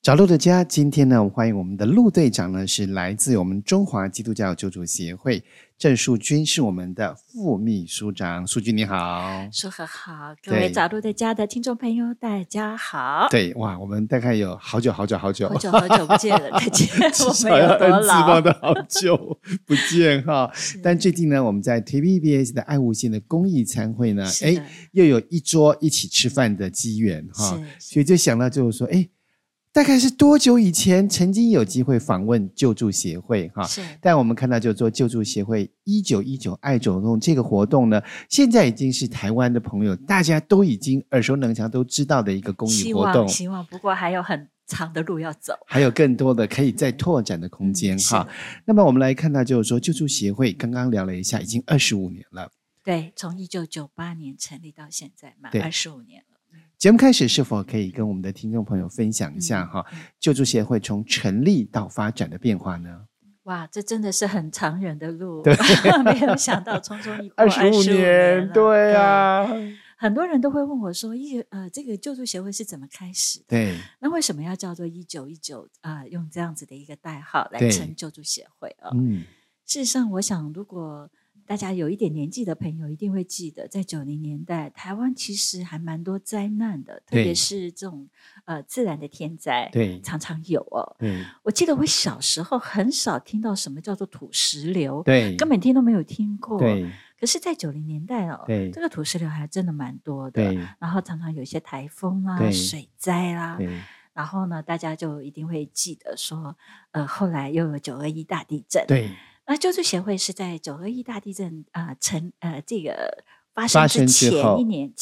找路的家，今天呢，欢迎我们的陆队长呢，是来自我们中华基督教救助协会，郑淑君是我们的副秘书长。淑君你好。 舒和好，各位找路的家的听众朋友大家好。 对，哇，我们大概有好久不见了，再见。 至少要 N 次方的好久不见哈。但最近呢，我们在 TVBS 的爱悟线的公益餐会呢，又有一桌一起吃饭的机缘哈，所以就想到就是说，大概是多久以前曾经有机会访问救助协会哈？但我们看到就是说救助协会1919爱走动这个活动呢，现在已经是台湾的朋友大家都已经耳熟能详都知道的一个公益活动。 希望不过还有很长的路要走， 还有更多的可以再拓展的空间哈。那么我们来看到就是说救助协会刚刚聊了一下，已经25年了。 对，从1998年成立到现在满25年了。 节目开始是否可以跟我们的听众朋友分享一下救助协会从成立到发展的变化呢？ 哇，这真的是很长远的路，没有想到匆匆一过 25年，对啊。 很多人都会问我说这个救助协会是怎么开始的？ 对， 那为什么要叫做1919用这样子的一个代号来称救助协会事实上我想如果大家有一点年纪的朋友一定会记得，在90年代台湾其实还蛮多灾难的，特别是这种自然的天灾，常常有我记得我小时候很少听到什么叫做土石流，根本听都没有听过。可是在90年代这个土石流还真的蛮多的，然后常常有一些台风水灾啦，然后呢大家就一定会记得说后来又有921大地震。那救助协会是在921大地震这个发生之前一年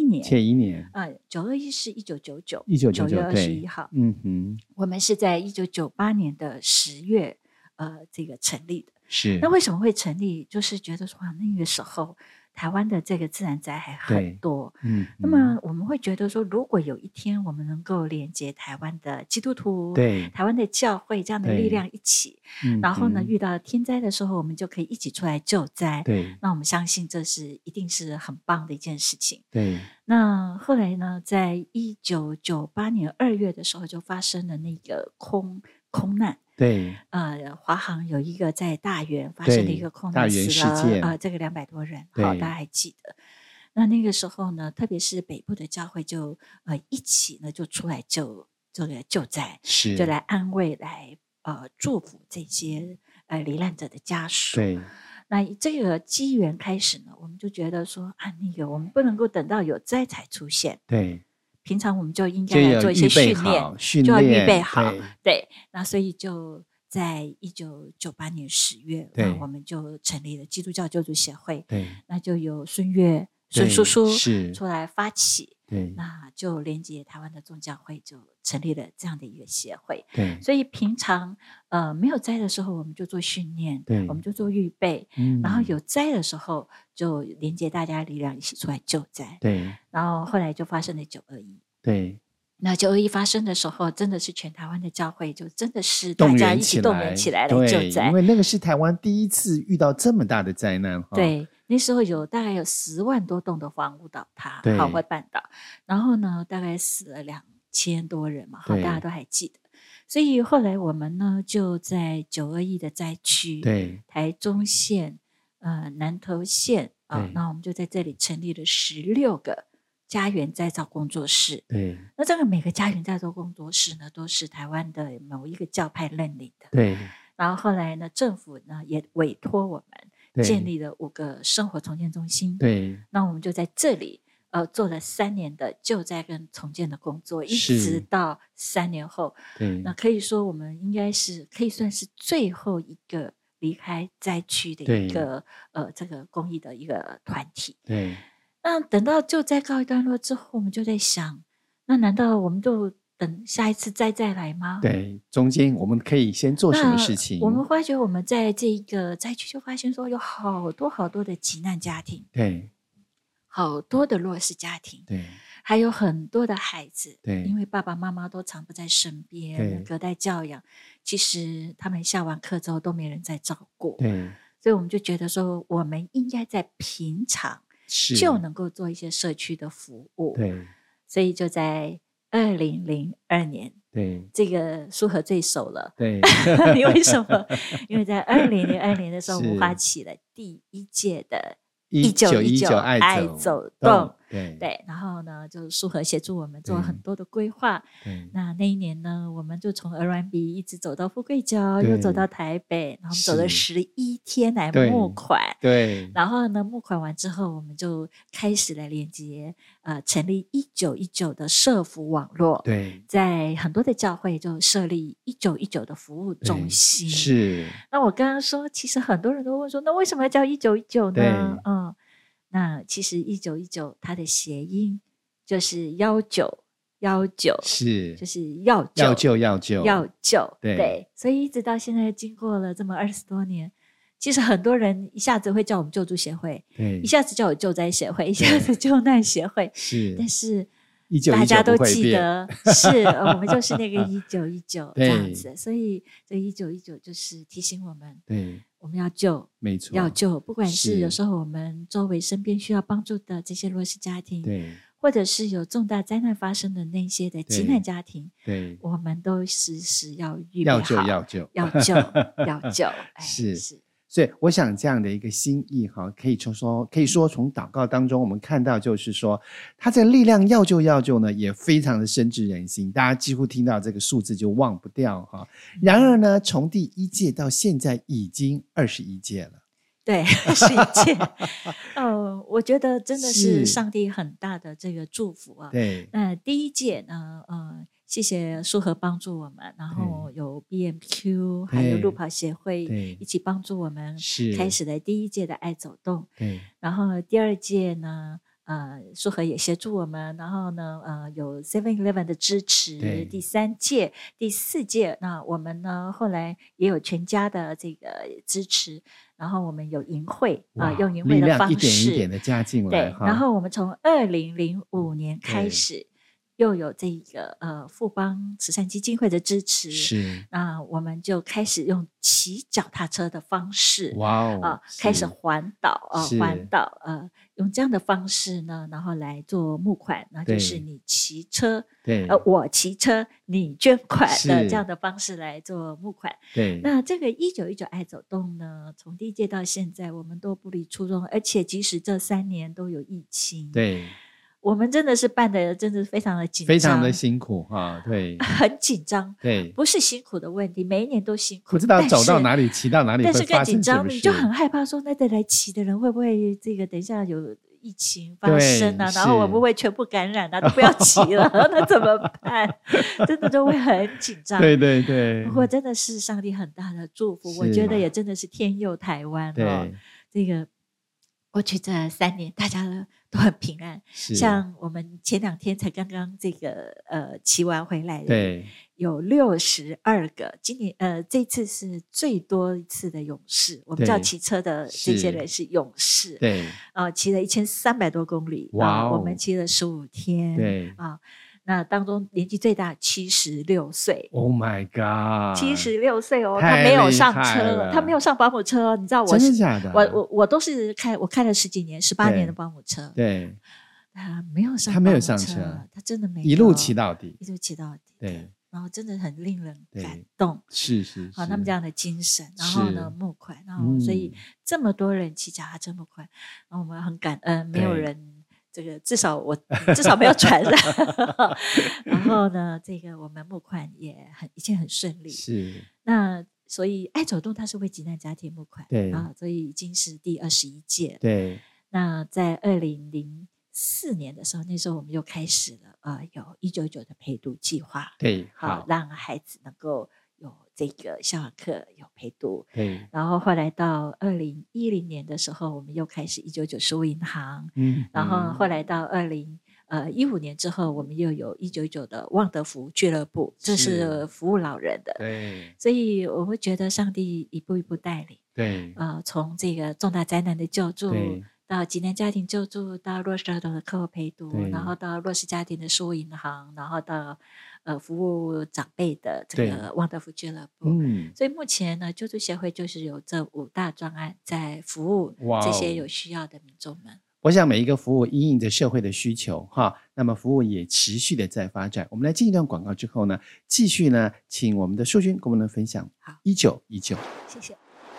921是1999 9月21号我们是在1998年的10月这个成立的。 是， 那为什么会成立？就是觉得说那个时候台湾的这个自然灾害很多，那么我们会觉得说，如果有一天我们能够连接台湾的基督徒，台湾的教会这样的力量一起，然后呢，遇到天灾的时候，我们就可以一起出来救灾。那我们相信这是一定是很棒的一件事情。那后来呢，在1998年2月的时候，就发生了那个空难。华航有一个在大园发生的一个空难，死了这个200多人，大家还记得。那个时候呢，特别是北部的教会就一起呢就出来救灾，就来安慰来祝福这些罹难者的家属。那这个机缘开始呢，我们就觉得说我们不能够等到有灾才出现。平常我们就应该来做一些训练，就要预备好。那所以就在1998年10月，我们就成立了基督教救助协会。那就由孙叔叔出来发起，那就连接台湾的宗教会，就成立了这样的一个协会。所以平常没有灾的时候，我们就做训练，我们就做预备，然后有灾的时候就连接大家力量一起出来救灾。然后后来就发生了921。那921发生的时候，真的是全台湾的教会就真的是大家一起动员起来救灾， 因为那个是台湾第一次遇到这么大的灾难。 那时候大概有10万多栋的房屋倒塌，或半倒，然后呢大概死了2000多人嘛，大家都还记得。所以后来我们呢就在921的灾区，台中县南投县那我们就在这里成立了16个家园再造工作室。那这个每个家园再造工作室呢都是台湾的某一个教派认领的。然后后来呢政府呢也委托我们建立了5个生活重建中心。那我们就在这里做了3年的救灾跟重建的工作，一直到3年后。那可以说我们应该是可以算是最后一个离开灾区的一个这个公益的一个团体。那等到救灾告一段落之后，我们就在想，那难道我们就等下一次灾再来吗？ 中间我们可以先做什么事情？ 我们发觉我们在这个灾区就发现说有好多好多的急难家庭，好多的弱势家庭，还有很多的孩子，因为爸爸妈妈都常不在身边，隔代教养，其实他们下完课之后都没人在照顾。所以我们就觉得说，我们应该在平常就能够做一些社区的服务。所以就在2002年对， 这个苏荷最熟了。 对， 因为什么？因为在2002年的时候，我们发起了第1届的1919爱走动。对，然后呢，就苏荷协助我们做很多的规划。那一年呢，我们就从鹅銮鼻一直走到富贵角，又走到台北，然后走了11天来募款。 对， 然后呢，募款完之后，我们就开始来连接，成立1919的社福网络。 对， 在很多的教会就设立1919的服务中心。 是。 那我刚刚说，其实很多人都问说，那为什么要叫1919呢？那其实1919它的谐音就是1919， 是， 就是要救。对，所以一直到现在经过了这么20多年，其实很多人一下子会叫我们救助协会，一下子叫我救灾协会，一下子救难协会， 是， 但是 1919 大家都记得是我们就是那个1919这样子。所以这1919就是提醒我们， 对， 我们要救， 没错， 要救，不管是有时候我们周围身边需要帮助的这些弱势家庭， 对， 或者是有重大灾难发生的那些的急难家庭， 对， 我们都时时要预备好， 要救是。 所以我想这样的一个心意可以说从祷告当中我们看到，就是说他这力量要救呢也非常的深植人心，大家几乎听到这个数字就忘不掉然而呢，从第1届到现在已经21届了。 对，21届我觉得真的是上帝很大的这个祝福啊。 对， 那第1届呢谢谢苏荷帮助我们，然后有 BMQ 还有路跑协会一起帮助我们，开始了第1届的爱走动。 对， 然后第2届呢苏荷也协助我们，然后呢有 7-Eleven 的支持。第3届第4届那我们呢后来也有全家的这个支持，然后我们有营会用营会的方式力量一点一点的加进来。 对，然后我们从2005年开始又有这个富邦慈善基金会的支持， 是， 那我们就开始用骑脚踏车的方式，开始环岛用这样的方式呢，然后来做募款，那就是你骑车，我骑车，你捐款的这样的方式来做募款。 对， 那这个1919爱走动呢，从第1届到现在，我们都不离初衷，而且即使这3年都有疫情， 对。 我们真的是办的真的非常的紧张， 非常的辛苦对， 很紧张， 对， 不是辛苦的问题，每一年都辛苦， 不知道走到哪里骑到哪里， 但是更紧张，你就很害怕说那来骑的人会不会这个等一下有疫情发生然后我们会全部感染都不要骑了那怎么办？真的都会很紧张。 对对对， 不过真的是上帝很大的祝福，我觉得也真的是天佑台湾这个过去这3年大家都很平安，像我们前2天才刚刚这个骑完回来， 对， 有62个，今年这次是最多一次的勇士，我们叫骑车的这些人是勇士， 对， 骑了1300多公里，我们骑了15天， 对那当中年纪最大76岁 ，Oh my God， 76岁他没有上车，他没有上保姆车你知道真的假的？ 我都是我开了10几年18年的保姆车， 对， 他没有上车，他真的没有， 一路骑到底， 对，然后真的很令人感动， 是他们这样的精神，然后呢募款，然后所以这么多人骑脚踏车募款，然后我们很感恩，没有人这个至少没有传染然后呢这个我们募款也一切很顺利， 是， 那所以爱走动它是为急难家庭募款， 对所以已经是第21届， 对， 那在2004年的时候，那时候我们又开始了有1919的陪读计划， 对， 好让孩子能够有这个校网课有陪读， 对， 然后后来到2010年的时候，我们又开始199食物银行，然后后来到2015年之后，我们又有199的旺德福俱乐部，这是服务老人的， 对， 所以我会觉得上帝一步一步带领， 对， 从这个重大灾难的救助，到急难家庭救助，到弱势儿童的课后陪读，然后到弱势家庭的食物银行，然后到服务长辈的这个旺德福俱乐部，所以目前呢救助协会就是有这5大专案在服务这些有需要的民众们。 我想每一个服务因应着社会的需求哈，那么服务也持续的在发展。我们来进一段广告之后呢，继续呢，请我们的淑君跟我们分享。 好 1919， 谢谢。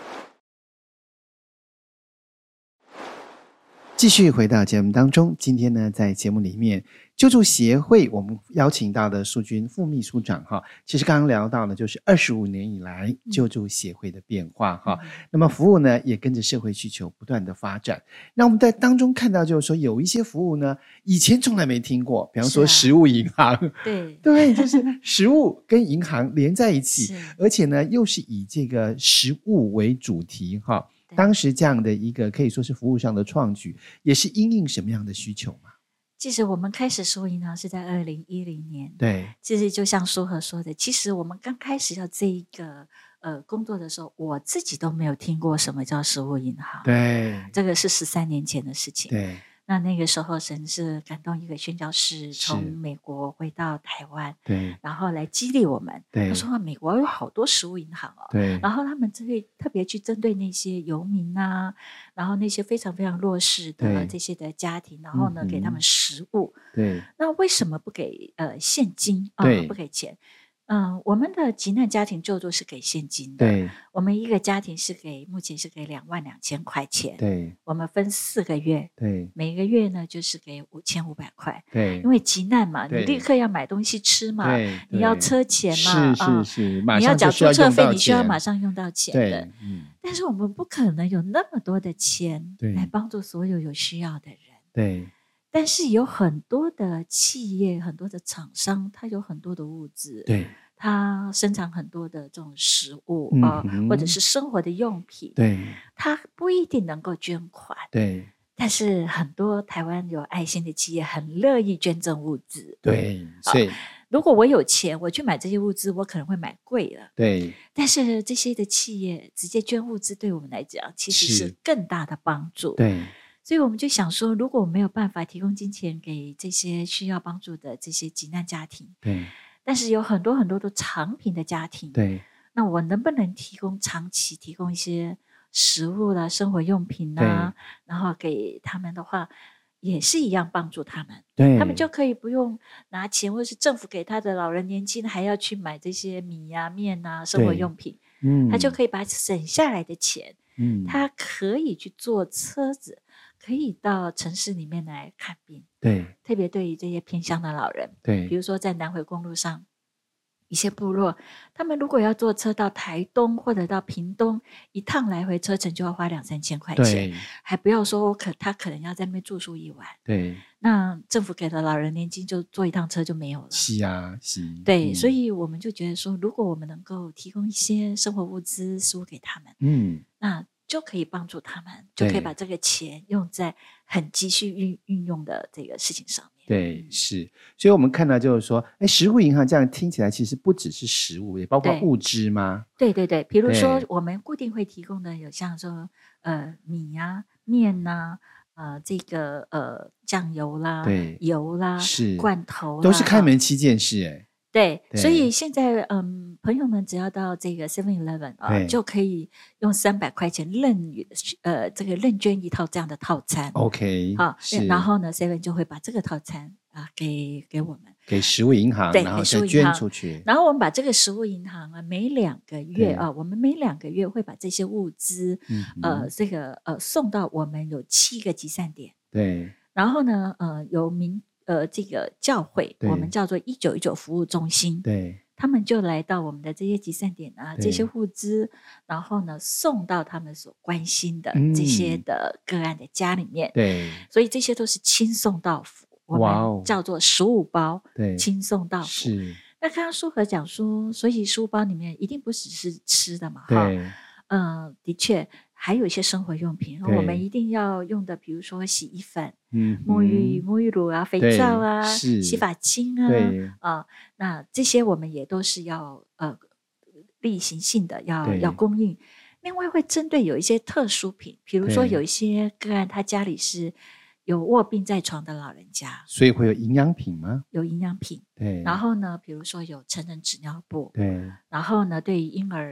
继续回到节目当中，今天呢，在节目里面，救助协会我们邀请到的淑君副秘书长哈，其实刚刚聊到的就是25年以来救助协会的变化哈，那么服务呢也跟着社会需求不断的发展。那我们在当中看到就是说有一些服务呢，以前从来没听过，比方说食物银行，对，就是食物跟银行连在一起，而且呢又是以这个食物为主题哈。当时这样的一个可以说是服务上的创举，也是因应什么样的需求吗？ 其实我们开始食物银行是在2010年， 对， 其实就像舒和说的，其实我们刚开始要这一个工作的时候，我自己都没有听过什么叫食物银行， 对， 这个是13年前的事情， 对。 那个时候神是感动一个宣教士从美国回到台湾， 对， 然后来激励我们。他说美国有好多食物银行哦， 对， 然后他们会特别去针对那些游民啊，然后那些非常非常弱势的这些的家庭，然后呢给他们食物。 对， 那为什么不给现金不给钱？我们的急难家庭救助是给现金的， 对， 我们一个家庭目前是给22000块钱， 对， 我们分4个月， 对， 每个月呢就是给5500块， 对， 因为急难嘛，你立刻要买东西吃嘛，你要车钱嘛， 是， 你要缴注册费，你需要马上用到钱的，但是我们不可能有那么多的钱来帮助所有有需要的人， 对。 但是有很多的企业，很多的厂商，它有很多的物资， 对， 它生产很多的这种食物或者是生活的用品， 对， 它不一定能够捐款， 对， 但是很多台湾有爱心的企业很乐意捐赠物资， 对，所以如果我有钱，我去买这些物资，我可能会买贵了， 对， 但是这些的企业直接捐物资，对我们来讲其实是更大的帮助， 对。 所以我们就想说，如果我没有办法提供金钱给这些需要帮助的这些急难家庭， 对， 但是有很多很多的长贫的家庭， 对， 那我能不能长期提供一些食物啦、生活用品啊，然后给他们的话，也是一样帮助他们， 对， 他们就可以不用拿钱，或是政府给他的老人年金还要去买这些米啊、面啊、生活用品，他就可以把省下来的钱，他可以去坐车子。可以到城市里面来看病， 对， 特别对于这些偏乡的老人， 对， 比如说在南回公路上，一些部落，他们如果要坐车到台东或者到屏东，一趟来回车程就要花2-3千块钱，还不要说他可能要在那边住宿一晚， 对， 那政府给的老人年金就坐一趟车就没有了， 是啊，是， 对，所以我们就觉得说，如果我们能够提供一些生活物资食物给他们，那就可以帮助他们，就可以把这个钱用在很急需运用的这个事情上面。 对，是，所以我们看到就是说，食物银行这样听起来其实不只是食物，也包括物资吗？ 对对对，比如说我们固定会提供的有像说米啊、面啊。这个酱油啦、油啦、罐头啦， 都是开门7件事对，所以现在朋友们只要到这个 7-Eleven 就可以用300块钱这个任捐一套这样的套餐。 OK， 然后呢 ，7 就会把这个套餐给我们，给食物银行，然后再捐出去。 然后我们把这个食物银行每2个月我们每2个月会把这些物资这个送到我们有7个集散点。 对， 然后呢由这个教会，我们叫做1919服务中心， 对， 他们就来到我们的这些集散点这些物资，然后呢送到他们所关心的这些的个案的家里面， 对， 所以这些都是轻送到府，我们叫做15包，对，轻送到府。是，那刚刚舒和讲说，所以15包里面一定不只是吃的嘛，对，的确。还有一些生活用品，我们一定要用的，比如说洗衣粉、沐浴乳啊、肥皂啊、洗发精啊，那这些我们也都是要例行性的要供应。另外会针对有一些特殊品，比如说有一些个案，他家里是有卧病在床的老人家， 所以会有营养品吗？ 有营养品，对。然后呢，比如说有成人纸尿布，对。然后呢，对于婴儿。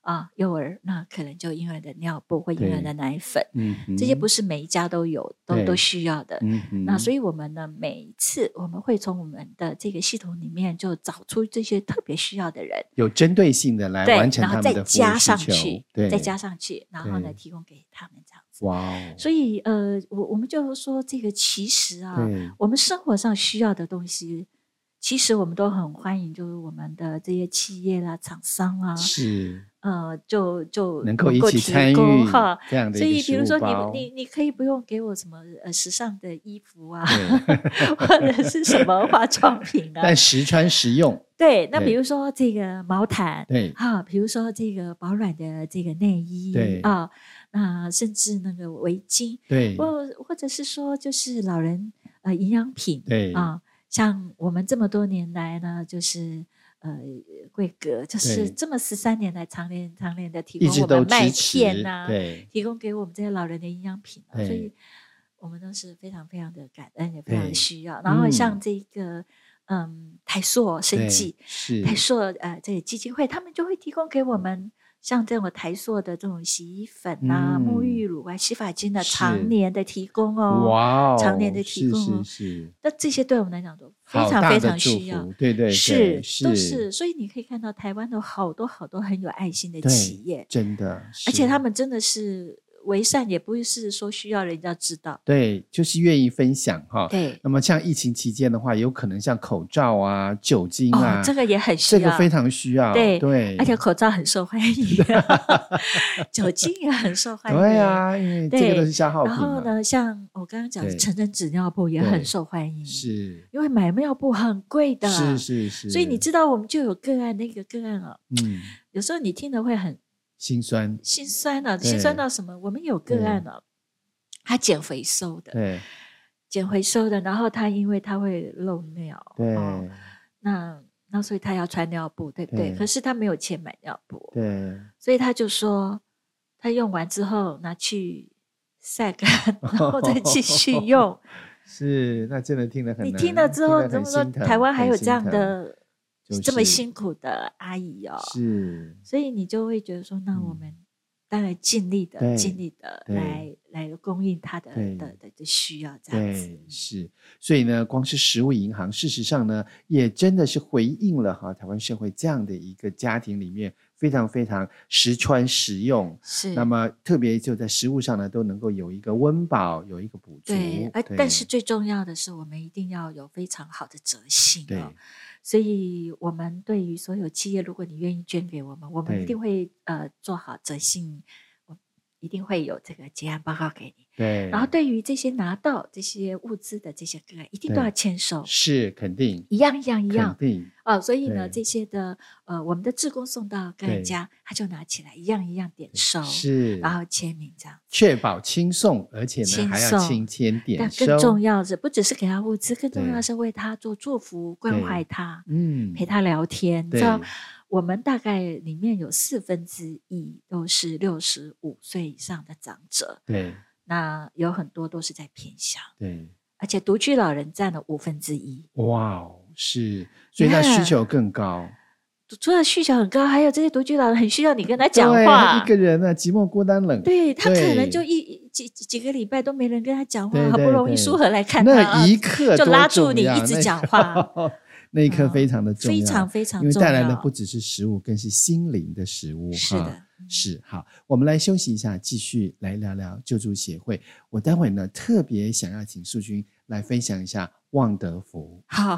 幼儿，那可能就婴儿的尿布或婴儿的奶粉，这些不是每一家都有，都需要的。那所以我们呢，每一次我们会从我们的这个系统里面就找出这些特别需要的人， 有针对性的来完成他们的服务需求， 然后再加上去，再加上去，然后呢提供给他们这样子。 哇哦！ 所以我们就说这个其实我们生活上需要的东西。其实我们都很欢迎，就是我们的这些企业啦、厂商啦， 是就能够一起参与这样的一个食物包。 所以比如说你可以不用给我什么时尚的衣服啊，或者是什么化妆品啊， 但实穿实用。 对，那比如说这个毛毯， 对比如说这个保暖的这个内衣， 对那甚至那个围巾， 对， 或者是说就是老人营养品， 对像我们这么多年来呢，就是贵格就是这么13年来常年的提供我们麦片啊，提供给我们这些老人的营养品所以我们都是非常非常的感恩，也非常的需要。然后像这个台塑生技，台塑这个基金会，他们就会提供给我们。像这种台塑的这种洗衣粉啊、沐浴乳啊、洗发精的常年的提供哇， 常年的提供是。 那这些对我们来讲都非常非常需要， 对， 都是。所以你可以看到台湾有好多好多很有爱心的企业， 真的， 而且他们真的是。为善也不是说需要人家知道， 对，就是愿意分享哈。 对， 那么像疫情期间的话，有可能像口罩啊、酒精啊， 这个也很需要， 这个非常需要。对， 而且口罩很受欢迎，酒精也很受欢迎。 对啊，因为这个都是消耗品。 然后呢，像我刚刚讲的成人纸尿布也很受欢迎， 是因为买尿布很贵的， 是。 所以你知道我们就有个案，那个个案有时候你听的会很。 心酸到什么？我们有个案他捡回收的， 对， 捡回收的，然后他因为他会漏尿， 对， 那所以他要穿尿布，对不对？可是他没有钱买尿布， 对， 所以他就说，他用完之后拿去晒干，然后再继续用。 是，那真的听得很难。 你听了之后，怎么说？台湾还有这样的？这么辛苦的阿姨是， 所以你就会觉得说，那我们当然尽力的来供应他的需要，这样子是。所以呢，光是食物银行，事实上呢，也真的是回应了台湾社会这样的一个家庭里面非常非常实穿实用， 是。 那么特别就在食物上呢，都能够有一个温饱，有一个补足。 对，但是最重要的是，我们一定要有非常好的责性所以我们对于所有企业，如果你愿意捐给我们，我们一定会做好责信，我一定会有这个结案报告给你。 对， 然后对于这些拿到这些物资的这些个案，一定都要签收， 是肯定， 一样， 肯定所以呢，这些的我们的志工送到个案家，他就拿起来一样点收， 是， 然后签名这样， 确保轻送，而且呢还要亲签点收。 但更重要的不只是给他物资，更重要的是为他做祝福，关怀他，陪他聊天。你知道，我们大概里面有1/4都是65岁以上的长者， 对。 那有很多都是在偏乡， 对， 而且独居老人占了1/5。 哇，是，所以那需求更高。 除了需求很高，还有这些独居老人很需要你跟他讲话。 一个人啊，寂寞孤单冷。 对，他可能就几个礼拜都没人跟他讲话，好不容易书盒来看他， 那一刻就拉住你一直讲话。 那一刻非常的重要， 非常非常重要，因为带来的不只是食物，更是心灵的食物。 是的。 是，好，我们来休息一下，继续来聊聊救助协会。我待会呢特别想要请素君来分享一下旺德福。 好。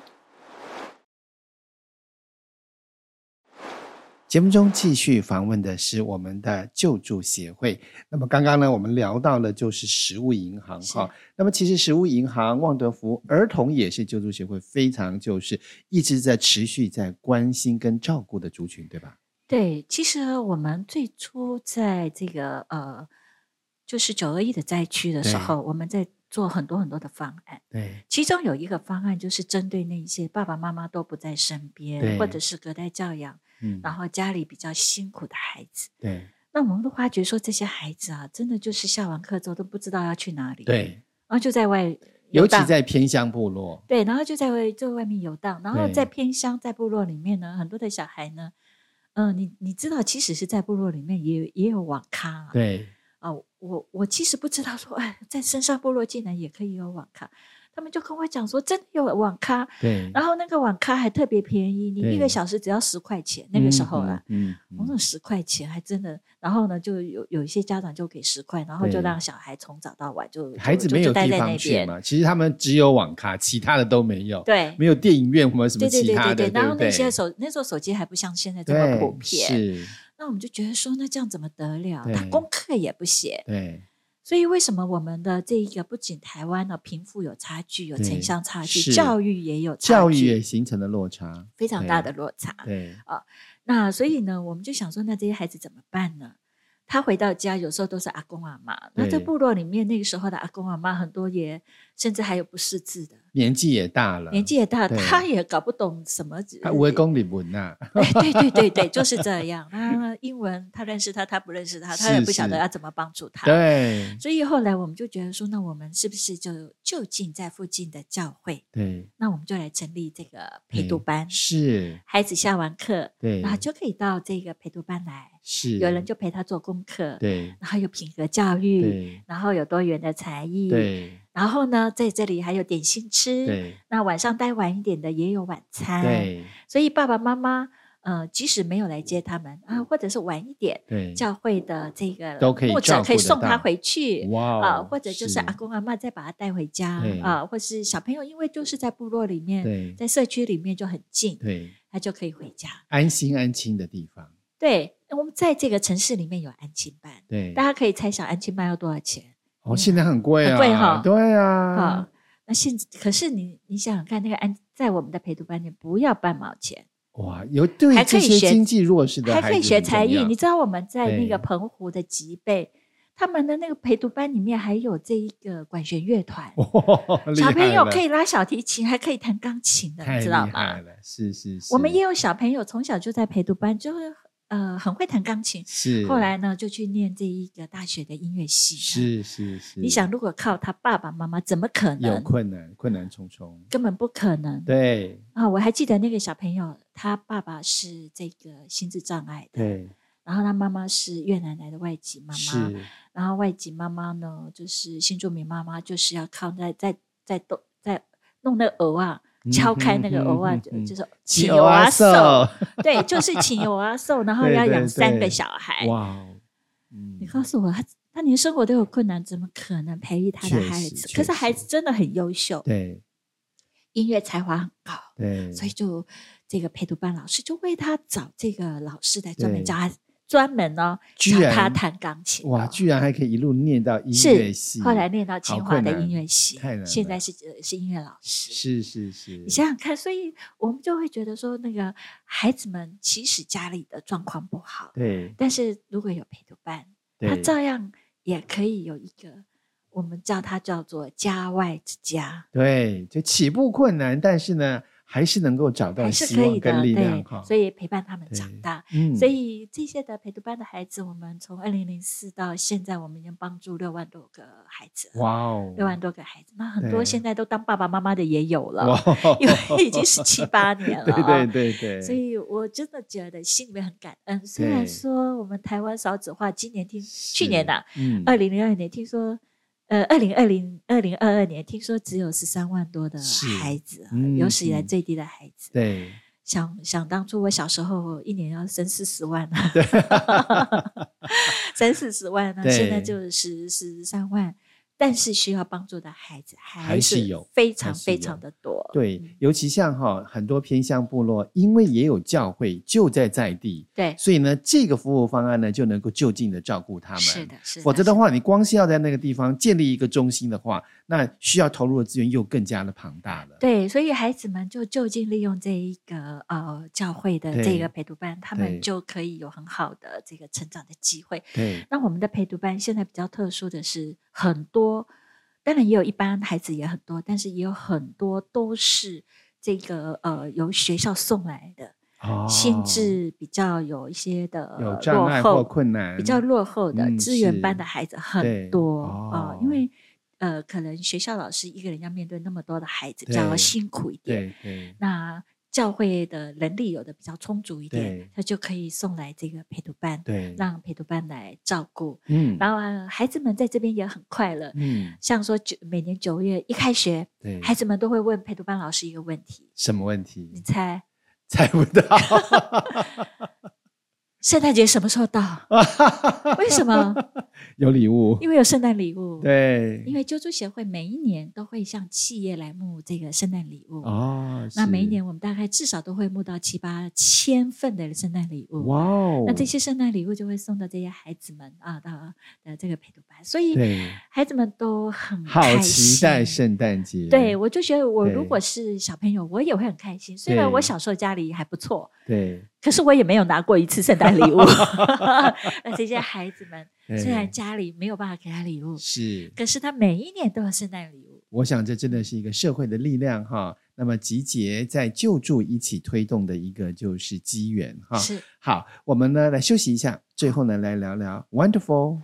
节目中继续访问的是我们的救助协会。那么刚刚呢，我们聊到的就是食物银行哈。那么其实食物银行、旺德福儿童也是救助协会非常就是一直在持续在关心跟照顾的族群，对吧？ 对，其实我们最初在这个就是921的灾区的时候，我们在做很多很多的方案。 对， 其中有一个方案就是针对那些爸爸妈妈都不在身边，或者是隔代教养，然后家里比较辛苦的孩子。 对， 那我们都发觉说这些孩子真的就是下完课之后都不知道要去哪里。 对， 然后就在外尤其在偏乡部落。 对，然后就在外面游荡，然后在偏乡在部落里面呢，很多的小孩呢。 你知道，其实是在部落里面也有网咖。 对我其实不知道说，在深山部落竟然也可以有网咖。他们就跟我讲说，真的有网咖， 对， 然后那个网咖还特别便宜，你1个小时只要10块钱，那个时候啊，我说10块钱还真的，然后呢，就有一些家长就给10块，然后就让小孩从早到晚孩子没有地方去嘛，其实他们只有网咖，其他的都没有， 对， 没有电影院或什么其他的， 对，然后那时候手机还不像现在这么普遍， 是， 那我们就觉得说，那这样怎么得了？他功课也不写， 对。 所以为什么我们的这一个不仅台湾的贫富有差距，有城乡差距，教育也有差距， 教育也形成了落差， 非常大的落差。 对那所以呢，我们就想说，那这些孩子怎么办呢？他回到家有时候都是阿公阿嬷，那在部落里面那个时候的阿公阿嬷很多也甚至还有不识字的， 年纪也大了， 他也搞不懂什么， 他不会讲日文啊。 对，就是这样。那英文他认识他不认识他也不晓得要怎么帮助他。 对， 所以后来我们就觉得说，那我们是不是就近在附近的教会？ 对， 那我们就来成立这个陪读班， 是孩子下完课， 对， 然后就可以到这个陪读班来。 是， 有人就陪他做功课， 对， 然后有品格教育， 对， 然后有多元的才艺， 对， 然后呢，在这里还有点心吃， 对， 那晚上待晚一点的也有晚餐， 对， 所以爸爸妈妈即使没有来接他们或者是晚一点， 对， 教会的这个都可以牧者可以送他回去， 哇或者就是阿公阿嬷再把他带回家或是小朋友因为就是在部落里面，在社区里面就很近， 对， 他就可以回家， 安心安亲的地方。 对，我们在这个城市里面有安亲班， 对， 大家可以猜想安亲班要多少钱？ 现在很贵啊， 很贵哈， 对啊。 那可是你想想看，那个在我们的陪读班里不要半毛钱， 哇，对这些经济弱势的孩子， 还可以学才艺。你知道我们在那个澎湖的吉贝，他们的那个陪读班里面还有这一个管弦乐团，小朋友可以拉小提琴，还可以弹钢琴的，你知道吗？ 是， 我们也有小朋友从小就在陪读班，就是很会弹钢琴， 是后来呢就去念这一个大学的音乐系， 是。 你想，如果靠他爸爸妈妈，怎么可能？ 有困难重重， 根本不可能。 对我还记得那个小朋友，他爸爸是这个心智障碍的， 对， 然后他妈妈是越南来的外籍妈妈， 是， 然后外籍妈妈呢，就是新住民妈妈，就是要靠在弄那个鹅啊。敲开那个鹅啊，就是请油啊瘦，对，就是请油啊瘦，然后要养3个小孩。 哇， 你告诉我，他连生活都有困难，怎么可能培育他的孩子？可是孩子真的很优秀， 对， 音乐才华很高， 对， 所以就这个陪读班老师就为他找这个老师来专门教他。专门教他弹钢琴， 哇！居然还可以一路念到音乐系， 后来念到清华的音乐系， 太难了。 现在是音乐老师， 是。 你想想看，所以我们就会觉得说，那个孩子们其实家里的状况不好， 对， 但是如果有陪读班，他照样也可以有一个，我们叫做家外之家， 对，就起步困难，但是呢。还是能够找到希望跟力量， 所以陪伴他们长大。所以这些的陪读班的孩子，我们从2004到现在，我们已经帮助6万多个孩子。 哇哦 ，6万多个孩子，那很多现在都当爸爸妈妈的也有了，因为已经17、18年了。 对。 所以我真的觉得心里面很感恩。虽然说我们台湾少子化，去年呐，2002年听说。2022年听说只有13万多的孩子，有史以来最低的孩子。 对， 想当初我小时候一年要生40万，30-40万呢，现在就是13万。但是需要帮助的孩子还是有非常非常的多。 对，尤其像很多偏乡部落，因为也有教会就在地， 对， 所以呢，这个服务方案呢就能够就近的照顾他们。 是的。 否则的话，你光是要在那个地方建立一个中心的话，那需要投入的资源又更加的庞大了。 对，所以孩子们就近利用这一个教会的这个陪读班，他们就可以有很好的这个成长的机会。 对， 那我们的陪读班现在比较特殊的是很多。当然也有一般孩子也很多，但是也有很多都是这个由学校送来的，心智比较有一些的有障碍或困难， 比较落后的资源班的孩子很多因为可能学校老师一个人要面对那么多的孩子，比较辛苦一点。 对， 那教会的能力有的比较充足一点，他就可以送来这个陪读班， 对， 让陪读班来照顾。然后孩子们在这边也很快乐。像说每年9月一开学，孩子们都会问陪读班老师一个问题。 什么问题？ 你猜？ 猜不到。 圣诞节什么时候到？为什么？ 有礼物， 因为有圣诞礼物。 对， 因为救助协会每一年都会向企业来募这个圣诞礼物。那每一年我们大概至少都会募到7、8千份的圣诞礼物。 哇哦！ 那这些圣诞礼物就会送到这些孩子们到这个陪读班，所以孩子们都很开心， 好期待圣诞节。 对，我就觉得我如果是小朋友，我也会很开心。虽然我小时候家里还不错， 对， 可是我也没有拿过一次圣诞礼物。那这些孩子们虽然家里没有办法给他礼物，可是他每一年都有圣诞礼物。 我想这真的是一个社会的力量哈。那么集结在救助一起推动的一个就是机缘哈。 是。 好，我们呢来休息一下，最后呢来聊聊 Wonderful。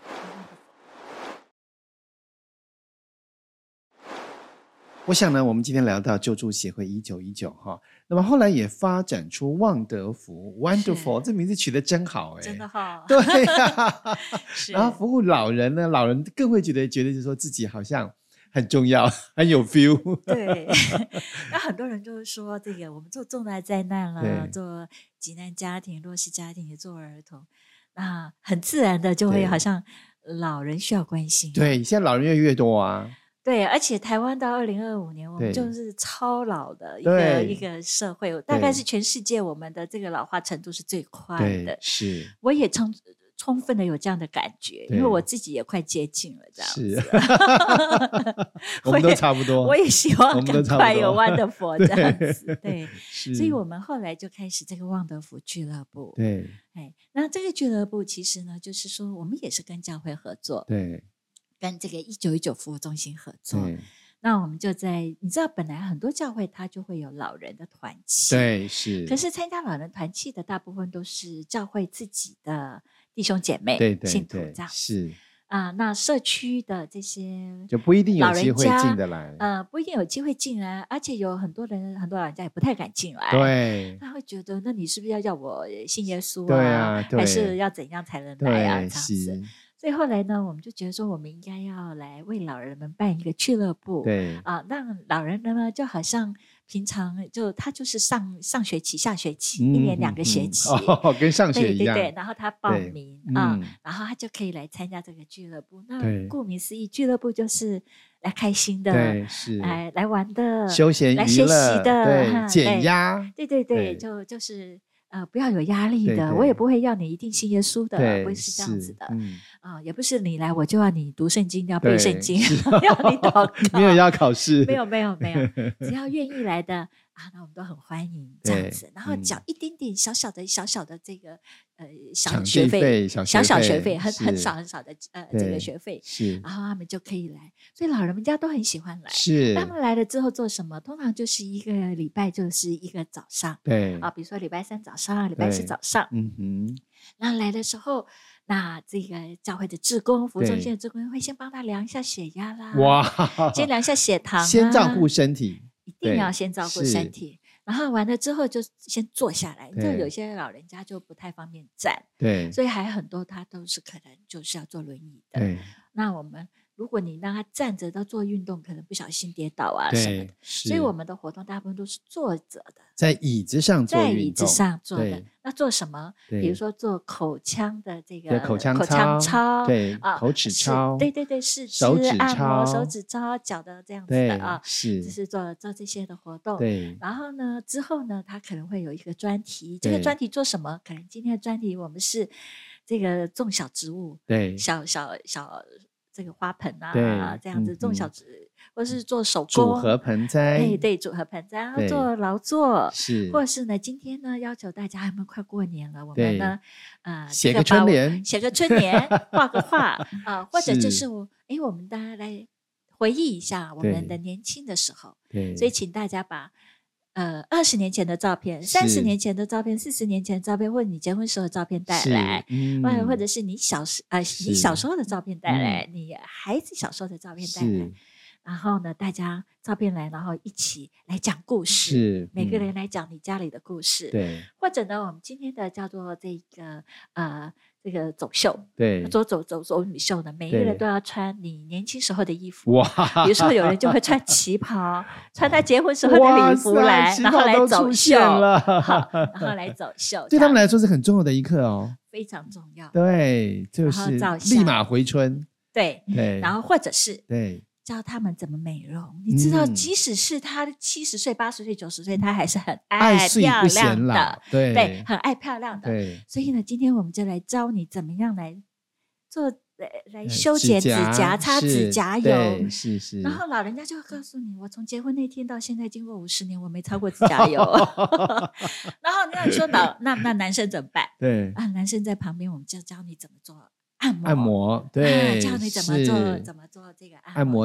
我想呢，我们今天聊到救助协会1919哈，那么后来也发展出旺德福 Wonderful， 这名字取得真好哎， 真的好。 对呀。然后服务老人呢，老人更会觉得就是说自己好像很重要，很有 feel。 对，那很多人就是说，这个我们做重大灾难了，做急难家庭、弱势家庭，也做儿童，那很自然的就会好像老人需要关心。 对，现在老人越来越多啊。 对，而且台湾到2025年，我们就是超老的一个社会，大概是全世界我们的这个老化程度是最快的。 是， 我也充分的有这样的感觉，因为我自己也快接近了，这样子。 我们都差不多。 我也希望赶快有Wonderful这样子。对，所以我们后来就开始这个旺德福俱乐部。 对， 那这个俱乐部其实呢，就是说我们也是跟教会合作。 对。 跟这个1919服务中心合作，那我们就在你知道，本来很多教会它就会有老人的团契， 对，是。 可是参加老人团契的大部分都是教会自己的弟兄姐妹、信徒这样是那社区的这些就不一定有机会进得来， 不一定有机会进来，而且有很多老人家也不太敢进来， 对， 他会觉得那你是不是要叫我信耶稣对啊， 还是要怎样才能来啊？这样子。所以后来呢，我们就觉得说，我们应该要来为老人们办一个俱乐部， 对让老人呢就好像平常他就是上学期、下学期，1年2个学期， 跟上学一样， 对，然后他报名然后他就可以来参加这个俱乐部。那顾名思义，俱乐部就是来开心的， 对，是来玩的， 休闲娱乐， 来学习的， 对，减压， 对，就是。不要有压力的，我也不会要你一定信耶稣的，不会是这样子的。也不是你来我就要你读圣经，要背圣经，要你祷告， 没有要考试， 没有，只要愿意来的那我们都很欢迎这样子。然后缴一点点小小的这个小学费，小学费，很少的这个学费，然后他们就可以来。所以老人家都很喜欢来。 是， 他们来了之后做什么？通常就是一个礼拜就是一个早上， 对比如说礼拜3早上，礼拜4早上，那来的时候，那这个教会的志工、服务中心的志工会先帮他量一下血压啦，哇，先量一下血糖先照顾身体， 一定要先照顾身体。然后完了之后就先坐下来，就有些老人家就不太方便站， 对， 所以还很多他都是可能就是要坐轮椅的。 对， 那我们如果你让他站着到做运动，可能不小心跌倒什么的，所以我们的活动大部分都是坐着的， 在椅子上做运动， 在椅子上做的。那做什么？比如说做口腔的这个口腔操， 对，口齿操， 对，四肢按摩、手指操、脚的这样子的就是做这些的活动。 对， 然后呢，之后呢，他可能会有一个专题，这个专题做什么？可能今天的专题我们是这个种小植物， 对， 小这个花盆这样子种小植，或是做手工组合盆栽， 对，组合盆栽，然后做劳作， 是， 或者是呢，今天呢要求大家，我们快过年了，我们呢写个春联， 画个画或者就是我们大家来回忆一下我们的年轻的时候， 对， 所以请大家把20年前的照片、30年前的照片、40年前的照片，或者你结婚时候的照片带来，或者是你小时候的照片带来，你孩子小时候的照片带来。 然后呢，大家照片来，然后一起来讲故事， 是每个人来讲你家里的故事， 对， 或者呢，我们今天的叫做这个走秀， 对， 走女秀呢，每一个人都要穿你年轻时候的衣服，哇，比如说有人就会穿旗袍，穿他结婚时候的礼服来，然后来走秀，好，然后来走秀， 对他们来说是很重要的一刻哦， 非常重要， 对，就是立马回春， 对，然后或者是对。 教他们怎么美容，你知道，即使是他70岁、80岁、90岁，他还是很爱漂亮的，对，很爱漂亮的。对，所以呢，今天我们就来教你怎么样来做，来修剪指甲、擦指甲油， 是。 然后老人家就会告诉你，我从结婚那天到现在，经过50年，我没擦过指甲油。然后你说那男生怎么办？对啊，男生在旁边，我们就教你怎么做。按摩， 对， 教你怎么做这个按摩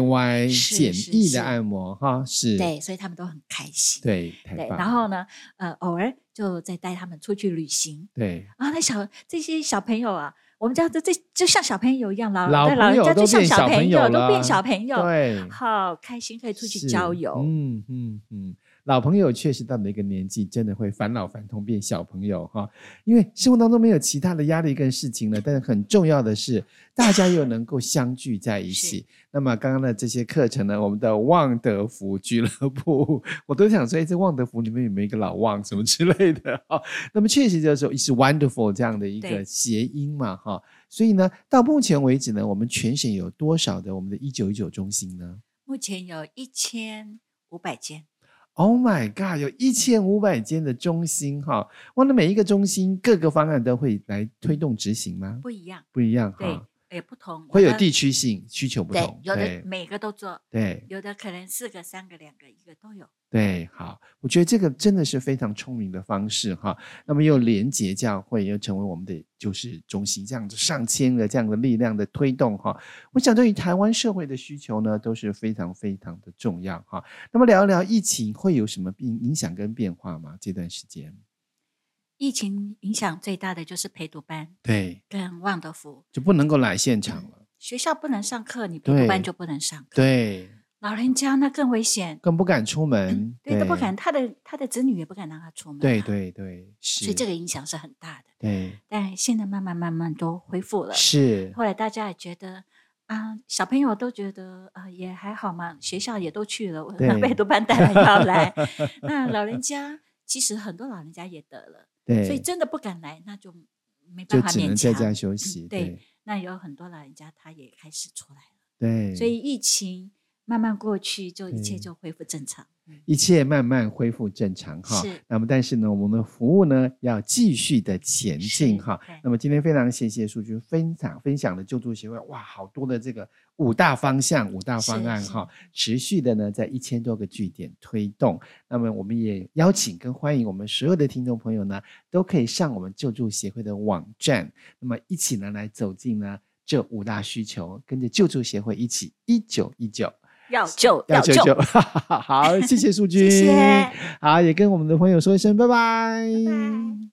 DIY 简易的按摩哈，是， 对，所以他们都很开心， 对， 然后呢，偶尔就再带他们出去旅行， 对， 啊，这些小朋友啊，我们家这就像小朋友一样， 老人家就像小朋友， 都变小朋友， 对， 好开心，可以出去郊游， 老朋友确实到了一个年纪，真的会返老返童变小朋友哈，因为生活当中没有其他的压力跟事情了，但是很重要的是，大家又能够相聚在一起。那么刚刚的这些课程呢，我们的旺德福俱乐部，我都想说，这旺德福里面有没有一个老旺什么之类的哈？那么确实就是是 wonderful 这样的一个谐音嘛哈，所以呢，到目前为止呢，我们全省有多少的我们的1919中心呢？ 目前有1500间。 Oh my god， 有1500间的中心哈，哇，那每一个中心各个方案都会来推动执行吗？ 不一样， 不一样， 对，也不同， 会有地区性需求不同， 有的每个都做， 对， 有的可能4个、3个、2个、1个都有。 对，好，我觉得这个真的是非常聪明的方式哈。那么又连结教会，又成为我们的就是中心，这样子上千个这样的力量的推动哈。我想对于台湾社会的需求呢，都是非常非常的重要哈。那么聊一聊疫情会有什么影响跟变化吗？这段时间， 疫情影响最大的就是陪读班， 对， 跟旺德福就不能够来现场了。 学校不能上课，你陪读班就不能上课， 对。 老人家那更危险， 更不敢出门， 对，都不敢，他的子女也不敢让他出门， 对， 所以这个影响是很大的， 对。 但现在慢慢都恢复了， 是。 后来大家也觉得小朋友都觉得也还好嘛，学校也都去了，陪读班当然要来。那老人家其实很多老人家也得了，对，所以真的不敢来，那就没办法勉强， 就只能在家休息。 对，那有很多老人家他也开始出来了， 对， 所以疫情慢慢过去，就一切就恢复正常， 一切慢慢恢复正常哈。那么但是呢，我们的服务呢要继续的前进哈。那么今天非常谢谢淑君分享的救助协会，哇，好多的这个5大方向、5大方案哈，持续的呢在1000多个据点推动。那么我们也邀请跟欢迎我们所有的听众朋友呢，都可以上我们救助协会的网站，那么一起呢来走进呢这5大需求，跟着救助协会一起1919。 要救， 好，谢谢淑君， 谢谢， 好，也跟我们的朋友说一声拜拜。 拜拜。